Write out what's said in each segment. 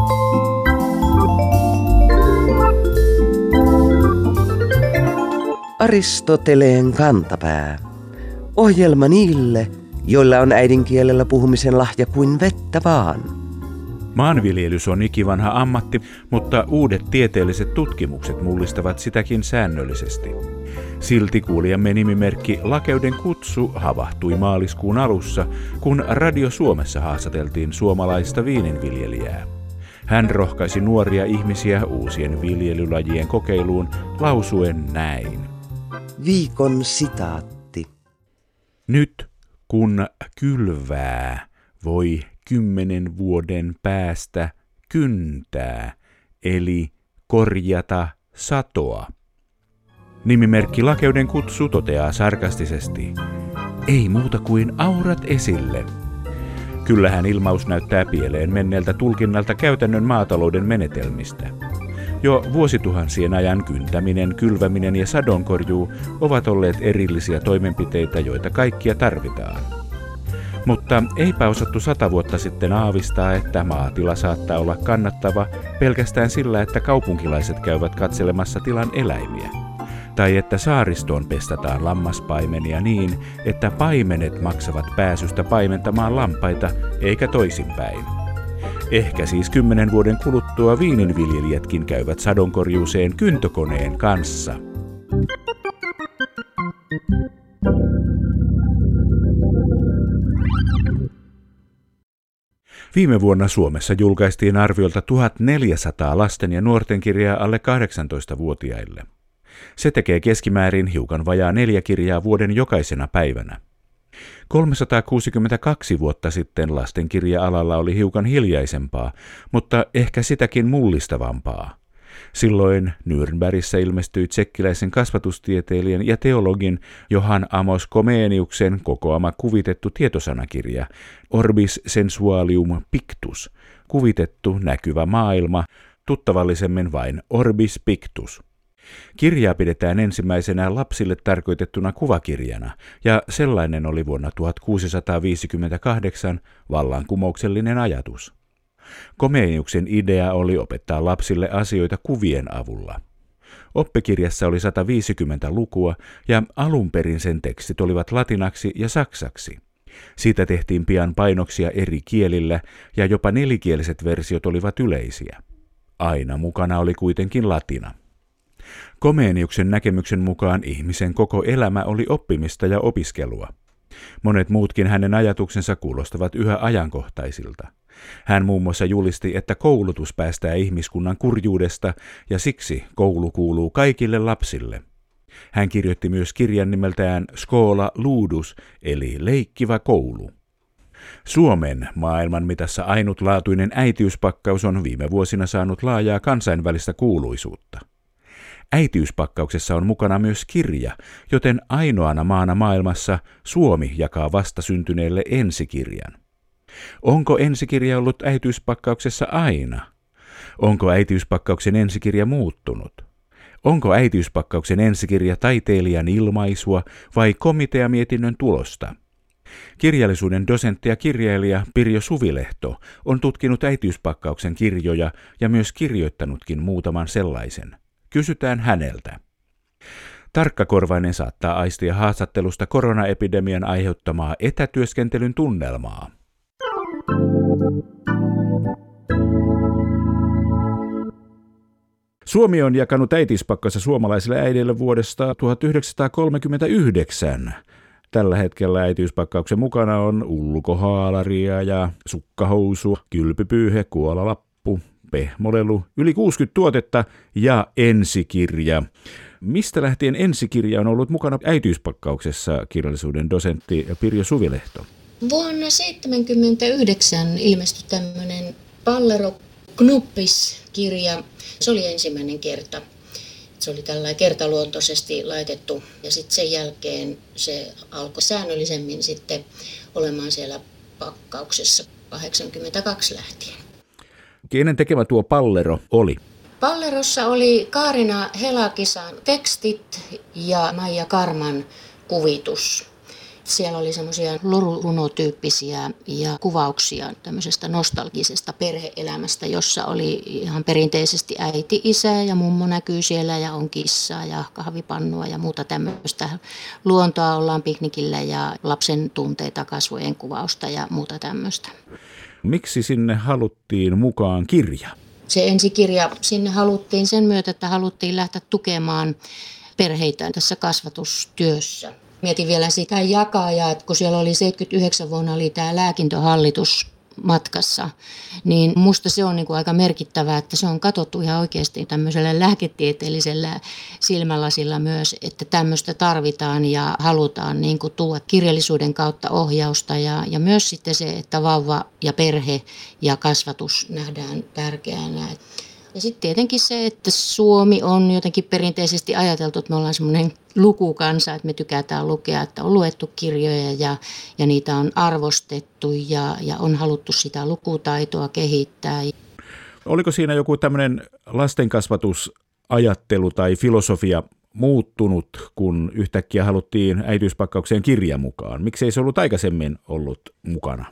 Aristoteleen kantapää. Ohjelma niille, joilla on äidinkielellä puhumisen lahja kuin vettä vaan. Maanviljelys on ikivanha ammatti, mutta uudet tieteelliset tutkimukset mullistavat sitäkin säännöllisesti. Silti kuulijamme nimimerkki Lakeuden kutsu havahtui maaliskuun alussa, kun Radio Suomessa haastateltiin suomalaista viininviljelijää. Hän rohkaisi nuoria ihmisiä uusien viljelylajien kokeiluun lausuen näin. Viikon sitaatti. Nyt kun kylvää, voi 10 vuoden päästä kyntää, eli korjata satoa. Nimimerkki Lakeuden kutsu toteaa sarkastisesti. Ei muuta kuin aurat esille. Kyllähän ilmaus näyttää pieleen menneeltä tulkinnalta käytännön maatalouden menetelmistä. Jo vuosituhansien ajan kyntäminen, kylväminen ja sadonkorjuu ovat olleet erillisiä toimenpiteitä, joita kaikkia tarvitaan. Mutta eipä osattu 100 vuotta sitten aavistaa, että maatila saattaa olla kannattava pelkästään sillä, että kaupunkilaiset käyvät katselemassa tilan eläimiä. Tai että saaristoon pestataan lammaspaimenia niin, että paimenet maksavat pääsystä paimentamaan lampaita, eikä toisinpäin. Ehkä siis 10 vuoden kuluttua viininviljelijätkin käyvät sadonkorjuuseen kyntökoneen kanssa. Viime vuonna Suomessa julkaistiin arviolta 1400 lasten ja nuorten kirjaa alle 18-vuotiaille. Se tekee keskimäärin hiukan vajaa 4 kirjaa vuoden jokaisena päivänä. 362 vuotta sitten lastenkirja-alalla oli hiukan hiljaisempaa, mutta ehkä sitäkin mullistavampaa. Silloin Nürnbergissä ilmestyi tsekkiläisen kasvatustieteilijän ja teologin Johann Amos Comeniuksen kokoama kuvitettu tietosanakirja Orbis Sensualium Pictus, kuvitettu näkyvä maailma, tuttavallisemmin vain Orbis Pictus. Kirjaa pidetään ensimmäisenä lapsille tarkoitettuna kuvakirjana, ja sellainen oli vuonna 1658 vallankumouksellinen ajatus. Comeniuksen idea oli opettaa lapsille asioita kuvien avulla. Oppikirjassa oli 150 lukua, ja alun perin sen tekstit olivat latinaksi ja saksaksi. Siitä tehtiin pian painoksia eri kielillä, ja jopa nelikieliset versiot olivat yleisiä. Aina mukana oli kuitenkin latina. Comeniuksen näkemyksen mukaan ihmisen koko elämä oli oppimista ja opiskelua. Monet muutkin hänen ajatuksensa kuulostavat yhä ajankohtaisilta. Hän muun muassa julisti, että koulutus päästää ihmiskunnan kurjuudesta ja siksi koulu kuuluu kaikille lapsille. Hän kirjoitti myös kirjan nimeltään Schola Ludus, eli leikkivä koulu. Suomen maailman mitassa ainutlaatuinen äitiyspakkaus on viime vuosina saanut laajaa kansainvälistä kuuluisuutta. Äitiyspakkauksessa on mukana myös kirja, joten ainoana maana maailmassa Suomi jakaa vastasyntyneelle ensikirjan. Onko ensikirja ollut äitiyspakkauksessa aina? Onko äitiyspakkauksen ensikirja muuttunut? Onko äitiyspakkauksen ensikirja taiteilijan ilmaisua vai komiteamietinnön tulosta? Kirjallisuuden dosentti ja kirjailija Pirjo Suvilehto on tutkinut äitiyspakkauksen kirjoja ja myös kirjoittanutkin muutaman sellaisen. Kysytään häneltä. Tarkkakorvainen saattaa aistia haastattelusta koronaepidemian aiheuttamaa etätyöskentelyn tunnelmaa. Suomi on jakanut äitiyspakkansa suomalaisille äideille vuodesta 1939. Tällä hetkellä äitiyspakkauksen mukana on ulkohaalaria ja sukkahousua, kylpypyyhe, kuolalappu, pehmolelu, yli 60 tuotetta ja ensikirja. Mistä lähtien ensikirja on ollut mukana äitiyspakkauksessa, kirjallisuuden dosentti Pirjo Suvilehto? Vuonna 1979 ilmestyi tämmöinen Pallero Knuppis-kirja. Se oli ensimmäinen kerta. Se oli tällainen kertaluontoisesti laitettu ja sitten sen jälkeen se alkoi säännöllisemmin sitten olemaan siellä pakkauksessa 82 lähtien. Kenen tekemä tuo Pallero oli? Pallerossa oli Kaarina Helakisan tekstit ja Maija Karman kuvitus. Siellä oli semmoisia lorurunotyyppisiä ja kuvauksia tämmöisestä nostalgisesta perhe-elämästä, jossa oli ihan perinteisesti äiti, isä ja mummo näkyy siellä ja on kissaa ja kahvipannua ja muuta tämmöistä. Luontoa ollaan piknikillä ja lapsen tunteita, kasvojen kuvausta ja muuta tämmöistä. Miksi sinne haluttiin mukaan kirja? Se ensikirja sinne haluttiin sen myötä, että haluttiin lähteä tukemaan perheitä tässä kasvatustyössä. Mietin vielä sitä jakajaa, että kun siellä oli 79 vuonna oli tämä lääkintöhallitus matkassa, niin musta se on niin kuin aika merkittävää, että se on katsottu ihan oikeasti tämmöisellä lääketieteellisellä silmälasilla myös, että tämmöistä tarvitaan ja halutaan niin kuin tuoda kirjallisuuden kautta ohjausta ja myös sitten se, että vauva ja perhe ja kasvatus nähdään tärkeänä. Ja sitten tietenkin se, että Suomi on jotenkin perinteisesti ajateltu, että me ollaan semmoinen lukukansa, että me tykätään lukea, että on luettu kirjoja ja niitä on arvostettu ja on haluttu sitä lukutaitoa kehittää. Oliko siinä joku tämmöinen lastenkasvatusajattelu tai filosofia muuttunut, kun yhtäkkiä haluttiin äitiyspakkaukseen kirja mukaan? Miksi ei se ollut aikaisemmin ollut mukana?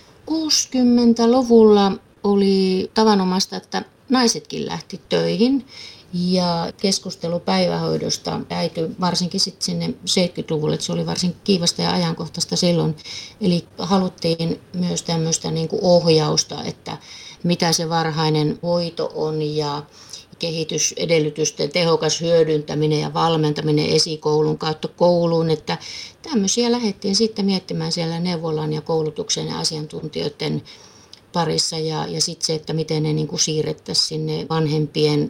60-luvulla oli tavanomaista, että naisetkin lähti töihin ja keskustelu päivähoidosta äityi varsinkin sitten sinne 70-luvulle, että se oli varsin kiivasta ja ajankohtaista silloin. Eli haluttiin myös tämmöistä niin kuin ohjausta, että mitä se varhainen hoito on ja kehitysedellytysten tehokas hyödyntäminen ja valmentaminen esikoulun kautta kouluun, että tämmöisiä lähdettiin sitten miettimään siellä neuvolan ja koulutuksen ja asiantuntijoiden parissa ja sitten se, että miten ne niin kuin siirrettäisiin sinne vanhempien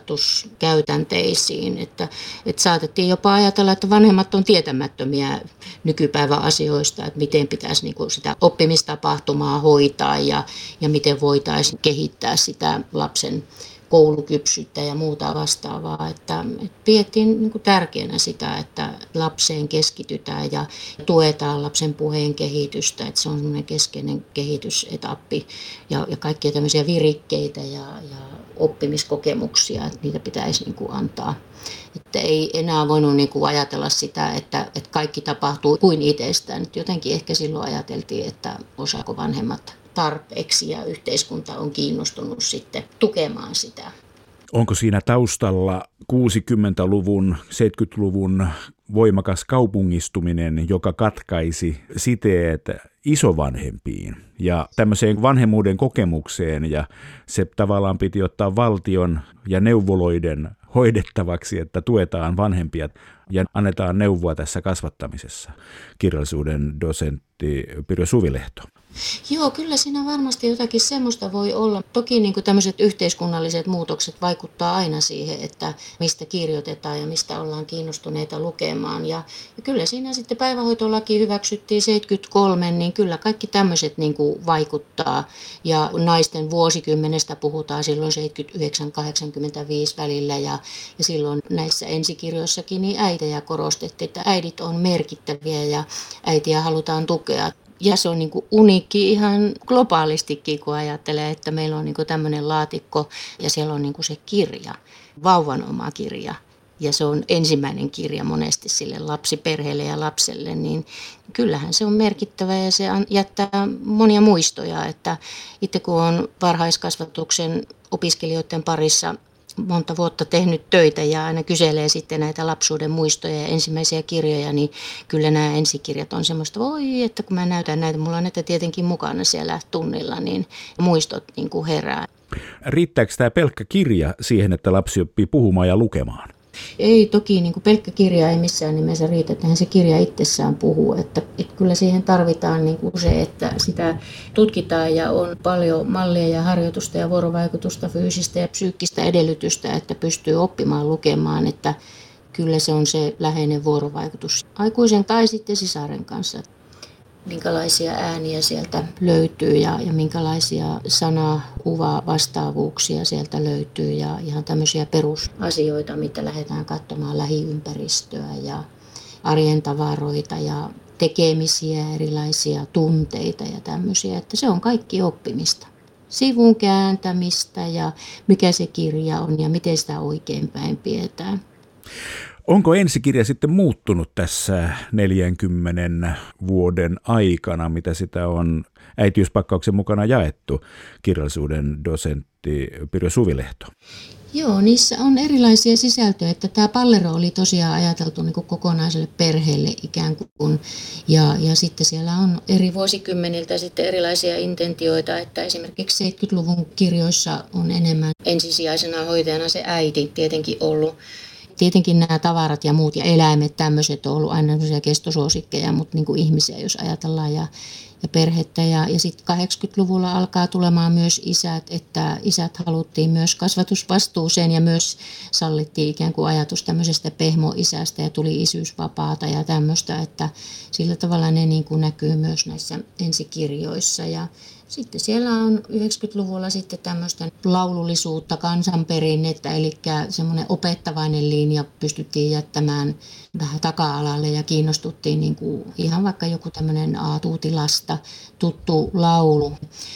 kasvatuskäytänteisiin. Että saatettiin jopa ajatella, että vanhemmat on tietämättömiä nykypäivän asioista, että miten pitäisi niin kuin sitä oppimistapahtumaa hoitaa ja miten voitaisiin kehittää sitä lapsen koulukypsyyttä ja muuta vastaavaa. Että pidettiin niin kuin tärkeänä sitä, että lapseen keskitytään ja tuetaan lapsen puheen kehitystä. Että se on semmoinen keskeinen kehitysetappi ja kaikkia tämmöisiä virikkeitä ja oppimiskokemuksia, että niitä pitäisi niin kuin antaa. Että ei enää voinut niin kuin ajatella sitä, että kaikki tapahtuu kuin itsestään. Että jotenkin ehkä silloin ajateltiin, että osaako vanhemmat tarpeeksi ja yhteiskunta on kiinnostunut sitten tukemaan sitä. Onko siinä taustalla 60-luvun, 70-luvun voimakas kaupungistuminen, joka katkaisi siteet isovanhempiin ja tämmöiseen vanhemmuuden kokemukseen, ja se tavallaan piti ottaa valtion ja neuvoloiden hoidettavaksi, että tuetaan vanhempia ja annetaan neuvoa tässä kasvattamisessa? Kirjallisuuden dosentti Pirjo Suvilehto. Joo, kyllä siinä varmasti jotakin semmoista voi olla. Toki niin kuin tämmöiset yhteiskunnalliset muutokset vaikuttaa aina siihen, että mistä kirjoitetaan ja mistä ollaan kiinnostuneita lukemaan. Ja kyllä siinä sitten päivähoitolaki hyväksyttiin 73, niin kyllä kaikki tämmöiset niin kuin vaikuttaa. Ja naisten vuosikymmenestä puhutaan silloin 79-85 välillä ja silloin näissä ensikirjoissakin niin äitejä korostettiin, että äidit on merkittäviä ja äitiä halutaan tukea. Ja se on niin kuin uniikki ihan globaalistikin, kun ajattelee, että meillä on niin kuin tämmöinen laatikko ja siellä on niin kuin se kirja, vauvan oma kirja. Ja se on ensimmäinen kirja monesti sille lapsiperheelle ja lapselle, niin kyllähän se on merkittävä ja se jättää monia muistoja. Että itse kun olen varhaiskasvatuksen opiskelijoiden parissa monta vuotta tehnyt töitä ja aina kyselee sitten näitä lapsuuden muistoja ja ensimmäisiä kirjoja, niin kyllä nämä ensikirjat on semmoista, voi että kun mä näytän näitä, mulla on näitä tietenkin mukana siellä tunnilla, niin muistot niin kuin herää. Riittääkö tämä pelkkä kirja siihen, että lapsi oppii puhumaan ja lukemaan? Ei toki niin kuin pelkkä kirja ei missään nimessä riitä, että se kirja itsessään puhuu. Että kyllä siihen tarvitaan niin kuin se, että sitä tutkitaan ja on paljon mallia ja harjoitusta ja vuorovaikutusta, fyysistä ja psyykkistä edellytystä, että pystyy oppimaan lukemaan. Että kyllä se on se läheinen vuorovaikutus aikuisen tai sitten sisaren kanssa. Minkälaisia ääniä sieltä löytyy ja minkälaisia sana-kuva-vastaavuuksia sieltä löytyy ja ihan tämmöisiä perusasioita, mitä lähdetään katsomaan lähiympäristöä ja arjen tavaroita ja tekemisiä, erilaisia tunteita ja tämmöisiä, että se on kaikki oppimista. Sivun kääntämistä ja mikä se kirja on ja miten sitä oikeinpäin pidetään. Onko ensikirja sitten muuttunut tässä 40 vuoden aikana, mitä sitä on äitiyspakkauksen mukana jaettu, kirjallisuuden dosentti Pirjo Suvilehto? Joo, niissä on erilaisia sisältöjä, että tämä pallero oli tosiaan ajateltu niin kuin kokonaiselle perheelle ikään kuin, ja sitten siellä on eri vuosikymmeniltä sitten erilaisia intentioita, että esimerkiksi 70-luvun kirjoissa on enemmän ensisijaisena hoitajana se äiti tietenkin ollut. Tietenkin nämä tavarat ja muut ja eläimet, tämmöiset on ollut aina sellaisia kestosuosikkeja, mutta niin kuin ihmisiä, jos ajatellaan ja perhettä. Ja sitten 80-luvulla alkaa tulemaan myös isät, että isät haluttiin myös kasvatusvastuuseen ja myös sallittiin ikään kuin ajatus tämmöisestä pehmoisästä ja tuli isyysvapaata ja tämmöistä, että sillä tavalla ne niin kuin näkyy myös näissä ensikirjoissa. Ja sitten siellä on 90-luvulla sitten tämmöistä laulullisuutta, kansanperinnettä, eli semmoinen opettavainen linja pystyttiin jättämään vähän taka-alalle ja kiinnostuttiin niin kuin ihan vaikka joku tämmöinen Tuutilasta tuttu laulu.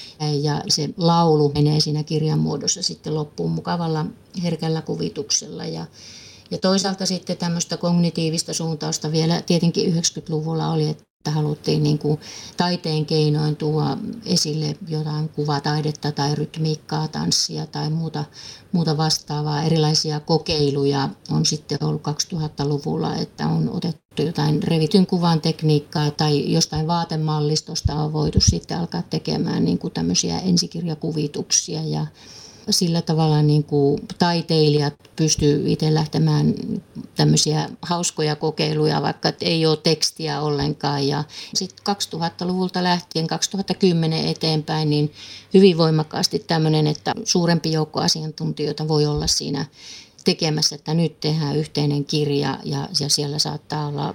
Ja se laulu menee siinä kirjan muodossa sitten loppuun mukavalla herkällä kuvituksella. Ja toisaalta sitten tämmöistä kognitiivista suuntausta vielä tietenkin 90-luvulla oli, että haluttiin niin kuin taiteen keinoin tuoda esille jotain kuvataidetta tai rytmiikkaa, tanssia tai muuta vastaavaa. Erilaisia kokeiluja on sitten ollut 2000-luvulla, että on otettu jotain revityn kuvan tekniikkaa tai jostain vaatemallistosta on voitu sitten alkaa tekemään niin kuin tämmöisiä ensikirjakuvituksia ja sillä tavalla niin kuin taiteilijat pystyvät itse lähtemään tämmöisiä hauskoja kokeiluja, vaikka ei ole tekstiä ollenkaan. Ja sitten 2000-luvulta lähtien, 2010 eteenpäin, niin hyvin voimakkaasti tämmöinen, että suurempi joukko asiantuntijoita voi olla siinä tekemässä, että nyt tehdään yhteinen kirja ja siellä saattaa olla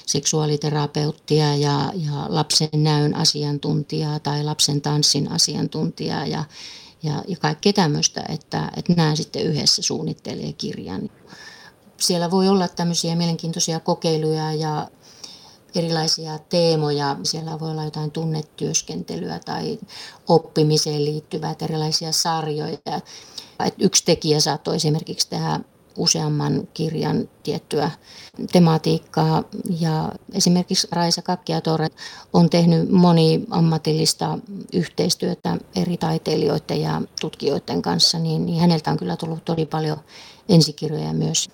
seksuaaliterapeuttia ja lapsen näön asiantuntijaa tai lapsen tanssin asiantuntijaa ja kaikkea tämmöistä, että nämä sitten yhdessä suunnittelee kirjan. Siellä voi olla tämmöisiä mielenkiintoisia kokeiluja ja erilaisia teemoja. Siellä voi olla jotain tunnetyöskentelyä tai oppimiseen liittyvää, erilaisia sarjoja. Yksi tekijä saattoi esimerkiksi tehdä useamman kirjan tiettyä tematiikkaa. Ja esimerkiksi Raisa Kakkiatore on tehnyt moniammatillista yhteistyötä eri taiteilijoiden ja tutkijoiden kanssa, niin häneltä on kyllä tullut todella paljon ensikirjoja myös.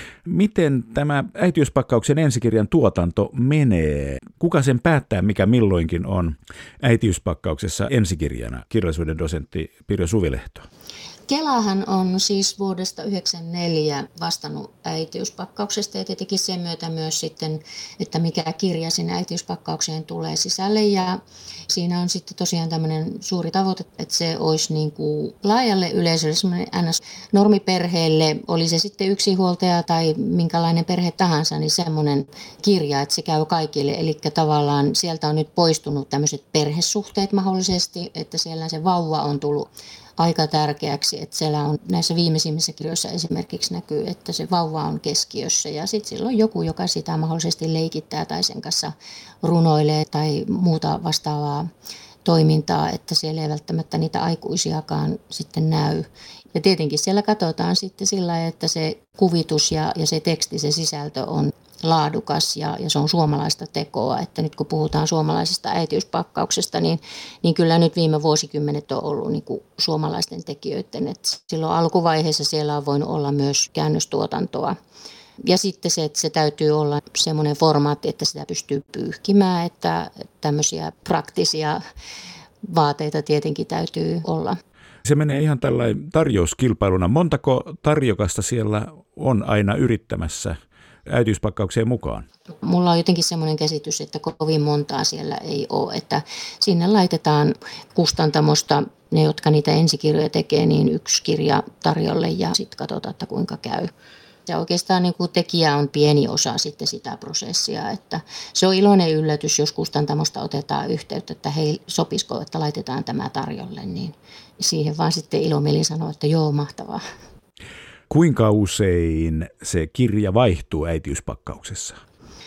Miten tämä äitiyspakkauksen ensikirjan tuotanto menee? Kuka sen päättää, mikä milloinkin on äitiyspakkauksessa ensikirjana? Kirjallisuuden dosentti Pirjo Suvilehto. Kelahan on siis vuodesta 1994 vastannut äitiyspakkauksesta ja tietenkin sen myötä myös sitten, että mikä kirja sinne äitiyspakkaukseen tulee sisälle. Ja siinä on sitten tosiaan tämmöinen suuri tavoite, että se olisi niin kuin laajalle yleisölle, semmoinen NS-normiperheelle, oli se sitten yksinhuoltaja tai minkälainen perhe tahansa, niin semmoinen kirja, että se käy kaikille. Eli tavallaan sieltä on nyt poistunut tämmöiset perhesuhteet mahdollisesti, että siellä se vauva on tullut aika tärkeäksi, että siellä on näissä viimeisimmissä kirjoissa esimerkiksi näkyy, että se vauva on keskiössä ja sitten sillä on joku, joka sitä mahdollisesti leikittää tai sen kanssa runoilee tai muuta vastaavaa toimintaa, että siellä ei välttämättä niitä aikuisiakaan sitten näy. Ja tietenkin siellä katsotaan sitten sillä lailla, että se kuvitus ja se teksti, se sisältö on laadukas ja se on suomalaista tekoa, että nyt kun puhutaan suomalaisesta äitiyspakkauksesta, niin kyllä nyt viime vuosikymmenet on ollut niin kuin suomalaisten tekijöiden, että silloin alkuvaiheessa siellä on voinut olla myös käännöstuotantoa. Ja sitten se, että se täytyy olla semmoinen formaatti, että sitä pystyy pyyhkimään, että tämmöisiä praktisia vaateita tietenkin täytyy olla. Se menee ihan tällainen tarjouskilpailuna. Montako tarjokasta siellä on aina yrittämässä äitiyspakkaukseen mukaan? Mulla on jotenkin semmoinen käsitys, että kovin montaa siellä ei ole, että sinne laitetaan kustantamosta ne, jotka niitä ensikirjoja tekee, niin yksi kirja tarjolle ja sitten katsotaan, että kuinka käy. Ja oikeastaan niin kuin tekijä on pieni osa sitten sitä prosessia, että se on iloinen yllätys, jos kustantamosta otetaan yhteyttä, että hei, sopisiko, että laitetaan tämä tarjolle, niin siihen vaan sitten ilomielin sanoo, että joo, mahtavaa. Kuinka usein se kirja vaihtuu äitiyspakkauksessa?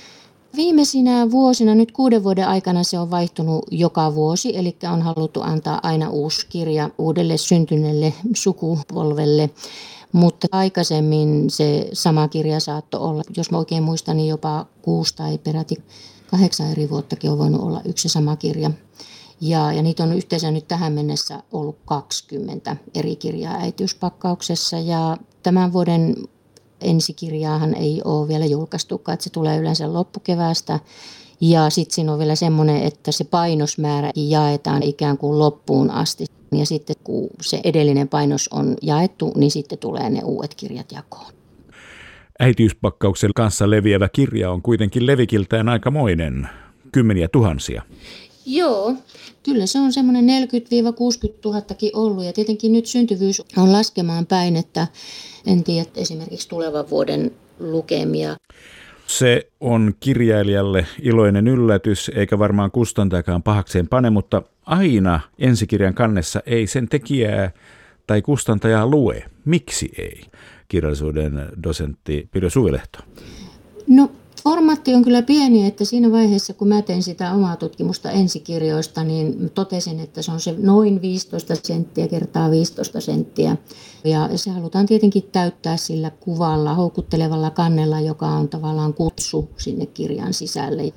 Viimeisinä vuosina, nyt 6 vuoden aikana se on vaihtunut joka vuosi, eli on haluttu antaa aina uusi kirja uudelle syntyneelle sukupolvelle. Mutta aikaisemmin se sama kirja saattoi olla, jos mä oikein muistan, niin jopa 6 tai peräti 8 eri vuottakin on voinut olla yksi sama kirja. Ja niitä on yhteensä nyt tähän mennessä ollut 20 eri kirjaa äitiyspakkauksessa. Ja tämän vuoden ensikirjaahan ei ole vielä julkaistukaan, että se tulee yleensä loppukeväästä. Ja sitten siinä on vielä semmoinen, että se painosmäärä jaetaan ikään kuin loppuun asti. Ja sitten kun se edellinen painos on jaettu, niin sitten tulee ne uudet kirjat jakoon. Äitiyspakkauksen kanssa leviävä kirja on kuitenkin levikiltään aikamoinen, 10 000. Joo, kyllä se on semmoinen 40 000–60 000 ollut ja tietenkin nyt syntyvyys on laskemaan päin, että en tiedä esimerkiksi tulevan vuoden lukemia. Se on kirjailijalle iloinen yllätys, eikä varmaan kustantajakaan pahakseen pane, mutta aina ensikirjan kannessa ei sen tekijää tai kustantajaa lue. Miksi ei? Kirjallisuuden dosentti Pirjo Suvilehto. No formaatti on kyllä pieni, että siinä vaiheessa kun mä tein sitä omaa tutkimusta ensikirjoista, niin totesin, että se on se noin 15 senttiä kertaa 15 senttiä. Ja se halutaan tietenkin täyttää sillä kuvalla, houkuttelevalla kannella, joka on tavallaan kutsu sinne kirjan sisälle.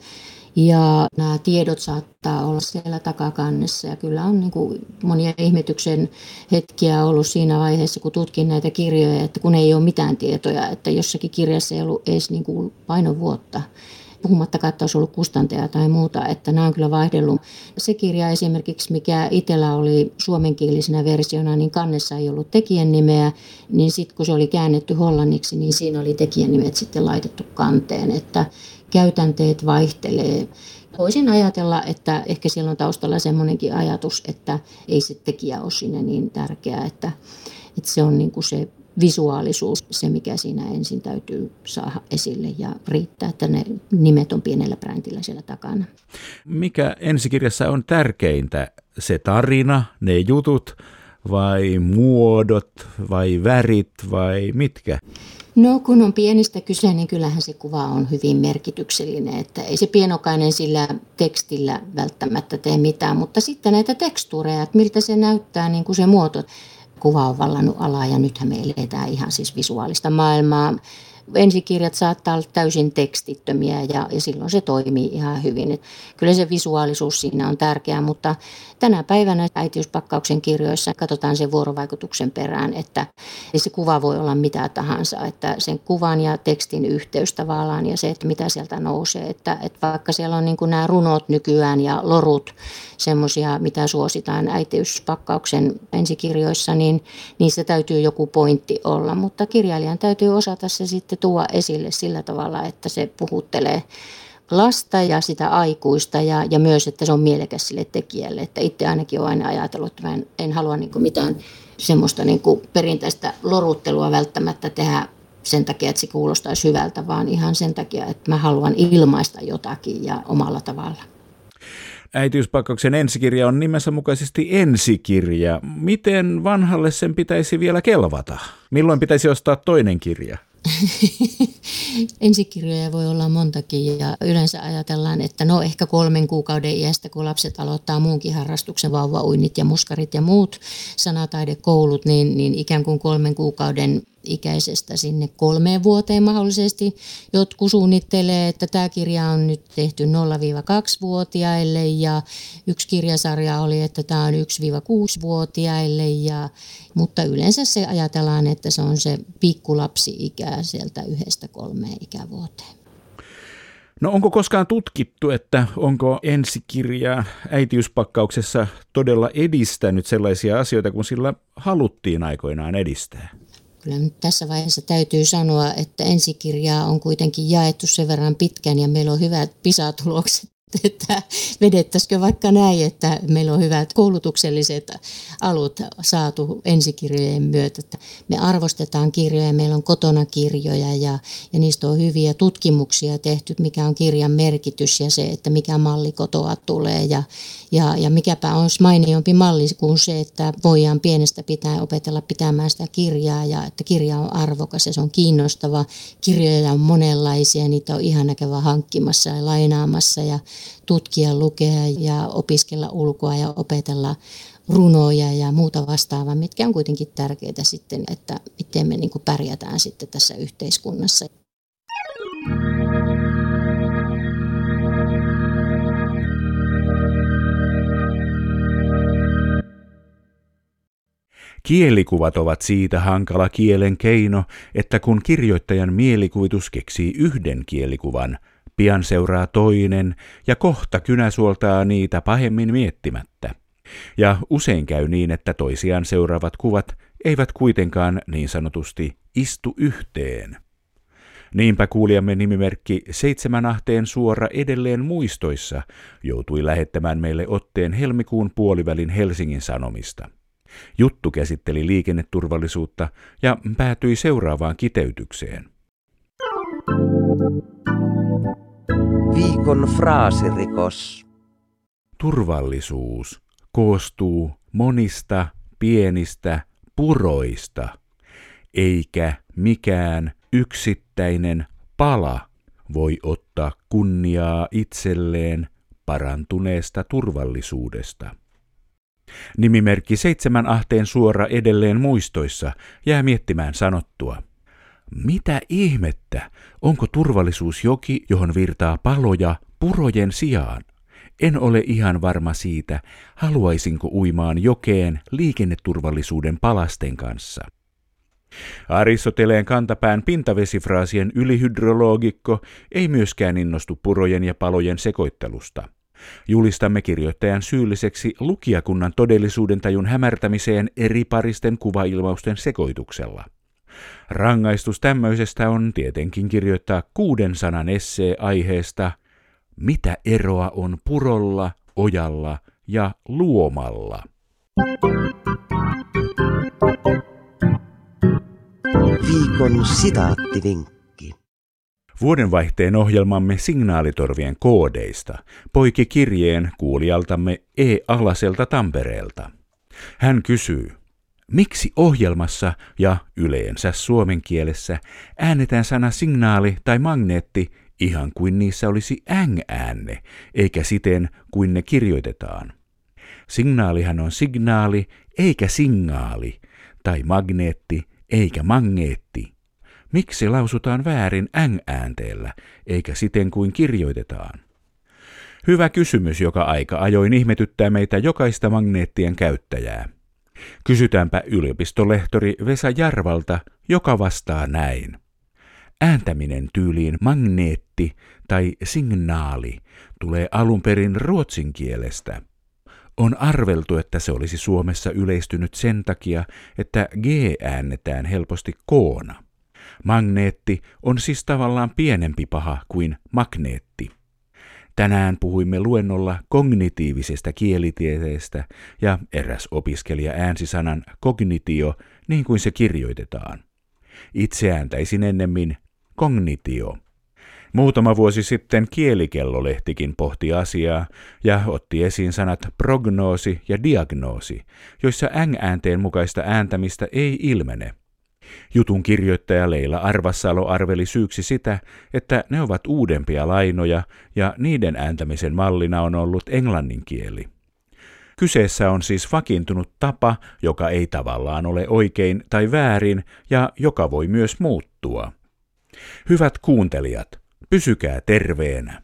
Ja nämä tiedot saattaa olla siellä takakannessa ja kyllä on niin kuin monia ihmetyksen hetkiä ollut siinä vaiheessa, kun tutkin näitä kirjoja, että kun ei ole mitään tietoja, että jossakin kirjassa ei ollut edes niin kuin painovuotta, puhumattakaan, että olisi ollut kustantaja tai muuta, että nämä on kyllä vaihdellut. Se kirja esimerkiksi, mikä itsellä oli suomenkielisenä versiona, niin kannessa ei ollut tekijän nimeä, niin sitten kun se oli käännetty hollanniksi, niin siinä oli tekijän nimet sitten laitettu kanteen, että käytänteet vaihtelee. Voisin ajatella, että ehkä siellä on taustalla semmoinenkin ajatus, että ei se tekijä ole siinä niin tärkeää, että se on niin kuin se visuaalisuus, se mikä siinä ensin täytyy saada esille ja riittää, että ne nimet on pienellä brändillä siellä takana. Mikä ensikirjassa on tärkeintä? Se tarina, ne jutut vai muodot vai värit vai mitkä? No kun on pienistä kyse, niin kyllähän se kuva on hyvin merkityksellinen, että ei se pienokainen sillä tekstillä välttämättä tee mitään, mutta sitten näitä tekstuureja, että miltä se näyttää, niin kuin se muoto. Kuva on vallannut alaa ja nythän me eletään ihan siis visuaalista maailmaa. Ensikirjat saattaa olla täysin tekstittömiä ja silloin se toimii ihan hyvin. Et kyllä se visuaalisuus siinä on tärkeää, mutta tänä päivänä äitiyspakkauksen kirjoissa katsotaan sen vuorovaikutuksen perään, että se kuva voi olla mitä tahansa, että sen kuvan ja tekstin yhteys tavallaan ja se, että mitä sieltä nousee. Että vaikka siellä on niin kuin nämä runot nykyään ja lorut, semmoisia, mitä suositaan äitiyspakkauksen ensikirjoissa, niin niissä täytyy joku pointti olla, mutta kirjailijan täytyy osata se sitten tuoda esille sillä tavalla, että se puhuttelee lasta ja sitä aikuista ja myös, että se on mielekäs sille tekijälle. Että itse ainakin olen aina ajatellut, että mä en halua niin kuin mitään semmoista niin kuin perinteistä loruttelua välttämättä tehdä sen takia, että se kuulostaisi hyvältä, vaan ihan sen takia, että mä haluan ilmaista jotakin ja omalla tavalla. Äitiyspakkauksen ensikirja on nimensä mukaisesti ensikirja. Miten vanhalle sen pitäisi vielä kelvata? Milloin pitäisi ostaa toinen kirja? Ensikirjoja voi olla montakin ja yleensä ajatellaan, että no ehkä 3 kuukauden iästä, kun lapset aloittaa muunkin harrastuksen, vauvauinnit ja muskarit ja muut sanataidekoulut, niin ikään kuin 3 kuukauden ikäisestä sinne 3 vuoteen mahdollisesti. Jotkut suunnittelee, että tämä kirja on nyt tehty 0–2-vuotiaille ja yksi kirjasarja oli, että tämä on 1–6-vuotiaille, mutta yleensä se ajatellaan, että se on se pikkulapsi-ikä sieltä 1–3 ikävuoteen. No onko koskaan tutkittu, että onko ensikirja äitiyspakkauksessa todella edistänyt sellaisia asioita, kun sillä haluttiin aikoinaan edistää? Kyllä nyt tässä vaiheessa täytyy sanoa, että ensikirjaa on kuitenkin jaettu sen verran pitkään ja meillä on hyvät PISA-tulokset että vedettäisikö vaikka näin, että meillä on hyvät koulutukselliset alut saatu ensikirjojen myötä. Että me arvostetaan kirjoja, meillä on kotona kirjoja ja niistä on hyviä tutkimuksia tehty, mikä on kirjan merkitys ja se, että mikä malli kotoa tulee ja mikäpä on mainiompi malli kuin se, että voidaan pienestä pitäen opetella pitämään sitä kirjaa ja että kirja on arvokas ja se on kiinnostava. Kirjoja on monenlaisia, niitä on ihana käydä hankkimassa ja lainaamassa ja tutkia, lukea ja opiskella ulkoa ja opetella runoja ja muuta vastaavaa, mitkä on kuitenkin tärkeitä sitten, että miten me niin kuin pärjätään sitten tässä yhteiskunnassa. Kielikuvat ovat siitä hankala kielen keino, että kun kirjoittajan mielikuvitus keksii yhden kielikuvan, pian seuraa toinen ja kohta kynä suoltaa niitä pahemmin miettimättä. Ja usein käy niin, että toisiaan seuraavat kuvat eivät kuitenkaan niin sanotusti istu yhteen. Niinpä kuulijamme nimimerkki 7 ahteen suora edelleen muistoissa joutui lähettämään meille otteen helmikuun puolivälin Helsingin Sanomista. Juttu käsitteli liikenneturvallisuutta ja päätyi seuraavaan kiteytykseen. Viikon fraasirikos. Turvallisuus koostuu monista pienistä puroista, eikä mikään yksittäinen pala voi ottaa kunniaa itselleen parantuneesta turvallisuudesta. Nimimerkki 7 ahteen suora edelleen muistoissa jää miettimään sanottua. Mitä ihmettä, onko turvallisuus joki, johon virtaa paloja purojen sijaan? En ole ihan varma siitä, haluaisinko uimaan jokeen liikenneturvallisuuden palasten kanssa. Aristoteleen kantapään pintavesifraasien ylihydrologikko ei myöskään innostu purojen ja palojen sekoittelusta. Julistamme kirjoittajan syylliseksi lukijakunnan todellisuudentajun hämärtämiseen eri paristen kuvailmausten sekoituksella. Rangaistus tämmöisestä on tietenkin kirjoittaa 6 sanan essee aiheesta Mitä eroa on purolla, ojalla ja luomalla? Viikon sitaattivinkki. Vuodenvaihteen ohjelmamme Signaalitorvien koodeista poiki kirjeen kuulijaltamme E. Alaselta Tampereelta. Hän kysyy, miksi ohjelmassa ja yleensä suomen kielessä äännetään sana signaali tai magneetti ihan kuin niissä olisi äng-äänne, eikä siten kuin ne kirjoitetaan. Signaalihan on signaali eikä singaali, tai magneetti eikä magneetti. Miksi lausutaan väärin äng-äänteellä, eikä siten kuin kirjoitetaan? Hyvä kysymys, joka aika ajoin ihmetyttää meitä jokaista magneettien käyttäjää. Kysytäänpä yliopistolehtori Vesa Jarvalta, joka vastaa näin. Ääntäminen tyyliin magneetti tai signaali tulee alun perin ruotsin kielestä. On arveltu, että se olisi Suomessa yleistynyt sen takia, että G äännetään helposti koona. Magneetti on siis tavallaan pienempi paha kuin magneetti. Tänään puhuimme luennolla kognitiivisesta kielitieteestä ja eräs opiskelija äänsi sanan kognitio niin kuin se kirjoitetaan. Itse ääntäisin ennemmin kognitio. Muutama vuosi sitten Kielikello-lehtikin pohti asiaa ja otti esiin sanat prognoosi ja diagnoosi, joissa äng-äänteen mukaista ääntämistä ei ilmene. Jutun kirjoittaja Leila Arvassalo arveli syyksi sitä, että ne ovat uudempia lainoja ja niiden ääntämisen mallina on ollut englannin kieli. Kyseessä on siis vakiintunut tapa, joka ei tavallaan ole oikein tai väärin ja joka voi myös muuttua. Hyvät kuuntelijat, pysykää terveenä.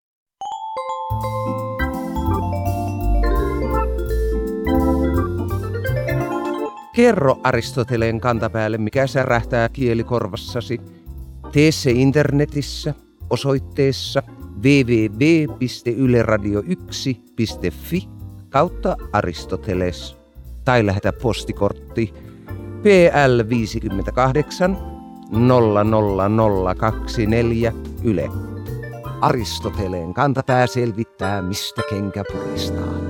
Kerro Aristoteleen kantapäälle, mikä särähtää kielikorvassasi. Tee se internetissä osoitteessa www.yleradio1.fi/Aristoteles tai lähetä postikortti PL 58 00024 Yle. Aristoteleen kantapää selvittää, mistä kenkä puristaa.